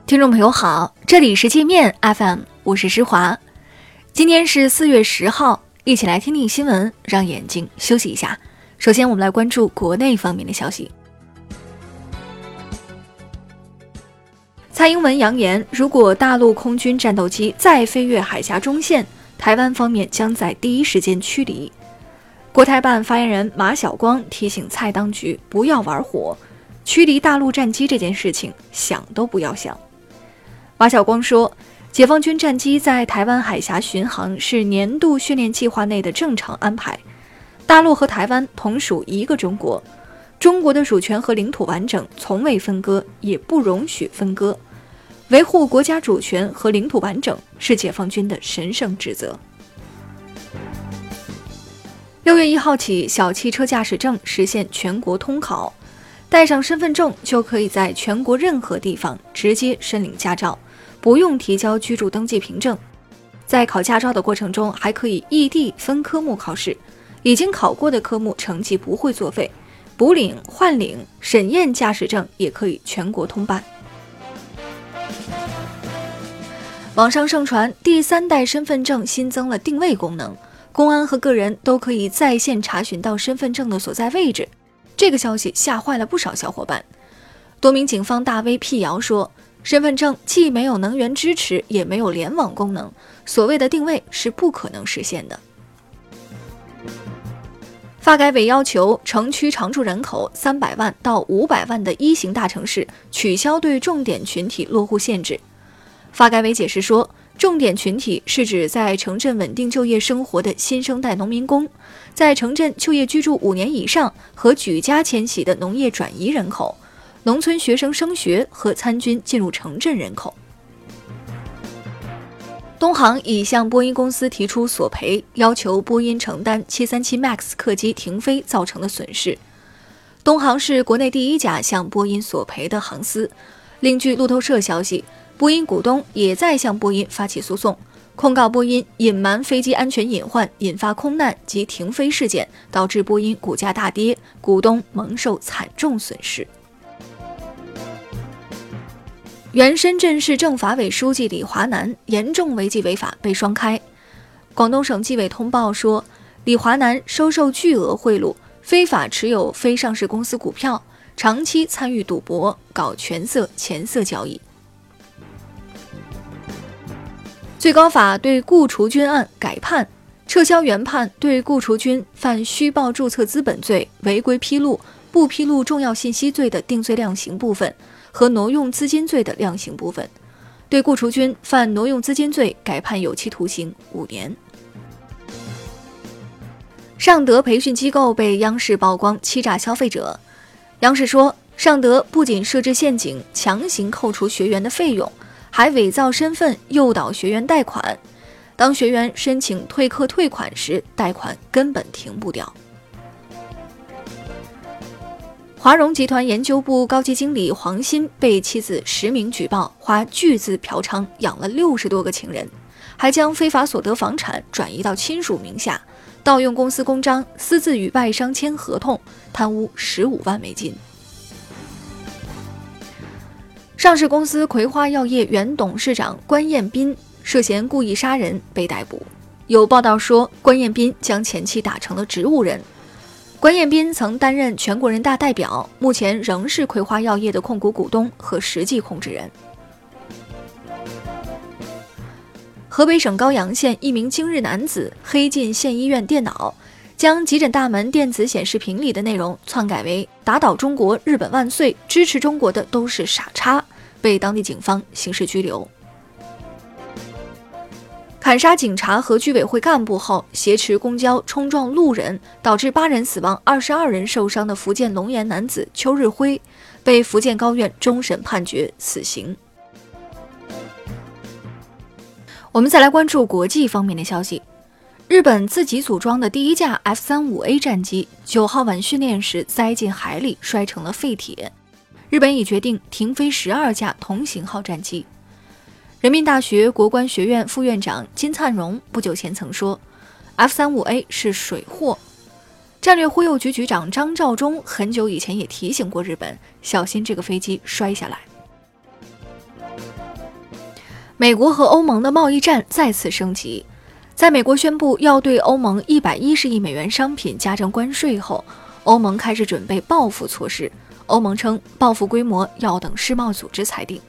听众朋友好，这里是界面 FM， 我是施华。今天是4月10号，一起来听听新闻，让眼睛休息一下。首先我们来关注国内方面的消息。蔡英文扬言，如果大陆空军战斗机再飞越海峡中线，台湾方面将在第一时间驱离。国台办发言人马晓光提醒蔡当局不要玩火，驱离大陆战机这件事情想都不要想。马晓光说，解放军战机在台湾海峡巡航是年度训练计划内的正常安排。大陆和台湾同属一个中国，中国的主权和领土完整从未分割，也不容许分割。维护国家主权和领土完整是解放军的神圣职责。6月1号起，小汽车驾驶证实现全国通考，带上身份证就可以在全国任何地方直接申领驾照，不用提交居住登记凭证。在考驾照的过程中，还可以异地分科目考试，已经考过的科目成绩不会作废，补领、换领、审验驾驶证也可以全国通办。网上盛传第3代身份证新增了定位功能，公安和个人都可以在线查询到身份证的所在位置。这个消息吓坏了不少小伙伴。多名警方大 V 辟谣说，身份证既没有能源支持，也没有联网功能，所谓的定位是不可能实现的。发改委要求城区常住人口300万到500万的1型大城市取消对重点群体落户限制。发改委解释说，重点群体是指在城镇稳定就业生活的新生代农民工，在城镇就业居住5年以上和举家迁徙的农业转移人口，农村学生升学和参军进入城镇人口。东航已向波音公司提出索赔，要求波音承担737 MAX 客机停飞造成的损失。东航是国内第1家向波音索赔的航司。另据路透社消息，波音股东也在向波音发起诉讼，控告波音隐瞒飞机安全隐患，引发空难及停飞事件，导致波音股价大跌，股东蒙受惨重损失。原深圳市政法委书记李华南严重违纪违法被双开。广东省纪委通报说，李华南收受巨额贿赂，非法持有非上市公司股票，长期参与赌博，搞权色钱色交易。最高法对顾雏军案改判，撤销原判对顾雏军犯虚报注册资本罪、违规披露、不披露重要信息罪的定罪量刑部分和挪用资金罪的量刑部分，对顾雏军犯挪用资金罪改判有期徒刑5年。尚德培训机构被央视曝光欺诈消费者。央视说，尚德不仅设置陷阱，强行扣除学员的费用，还伪造身份诱导学员贷款，当学员申请退课退款时，贷款根本停不掉。华融集团研究部高级经理黄鑫被妻子实名举报，花巨资嫖娼养了60多个情人，还将非法所得房产转移到亲属名下，盗用公司公章，私自与外商签合同，贪污15万美金。上市公司葵花药业原董事长关彦斌涉嫌故意杀人被逮捕。有报道说，关彦斌将前妻打成了植物人。关彦斌曾担任全国人大代表，目前仍是葵花药业的控股股东和实际控制人。河北省高阳县一名今日男子黑进县医院电脑，将急诊大门电子显示屏里的内容篡改为打倒中国，日本万岁，支持中国的都是傻叉，被当地警方刑事拘留。砍杀警察和居委会干部后，挟持公交冲撞路人，导致8人死亡、22人受伤的福建龙岩男子邱日辉，被福建高院终审判决死刑。我们再来关注国际方面的消息。日本自己组装的第1架 F-35A 战机9号晚训练时栽进海里，摔成了废铁。日本已决定停飞12架同型号战机。人民大学国关学院副院长金灿荣不久前曾说， F-35A 是水货。战略忽悠局局长张召忠很久以前也提醒过日本，小心这个飞机摔下来。 美国和欧盟的贸易战再次升级。在美国宣布要对欧盟110亿美元商品加征关税后，欧盟开始准备报复措施。欧盟称报复规模要等世贸组织裁定。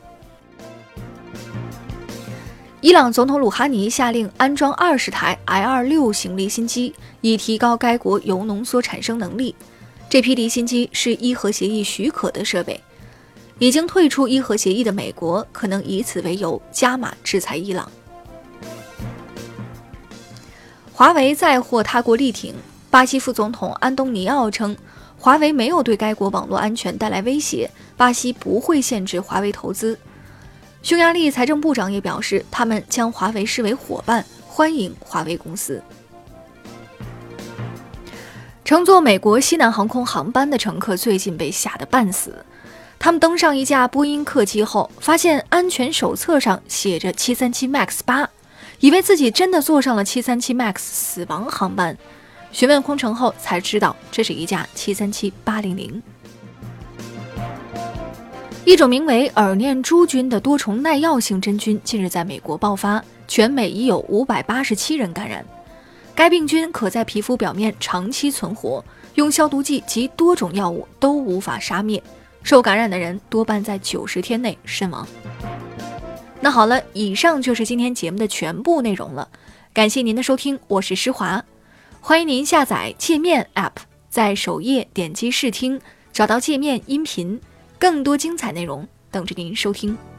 伊朗总统鲁哈尼下令安装20台 I-26行离心机，以提高该国铀浓缩产生能力。这批离心机是伊核协议许可的设备。已经退出伊核协议的美国可能以此为由加码制裁伊朗。华为再获他国力挺，巴西副总统安东尼奥称，华为没有对该国网络安全带来威胁，巴西不会限制华为投资。匈牙利财政部长也表示，他们将华为视为伙伴，欢迎华为公司。乘坐美国西南航空航班的乘客最近被吓得半死。他们登上一架波音客机后，发现安全手册上写着737 MAX 8，以为自己真的坐上了737 MAX 死亡航班。询问空乘后才知道，这是一架737-800。一种名为耳念珠菌的多重耐药性真菌近日在美国爆发，全美已有587人感染。该病菌可在皮肤表面长期存活，用消毒剂及多种药物都无法杀灭。受感染的人多半在90天内身亡。那好了，以上就是今天节目的全部内容了，感谢您的收听，我是施华，欢迎您下载界面 App， 在首页点击试听，找到界面音频，更多精彩内容等着您收听。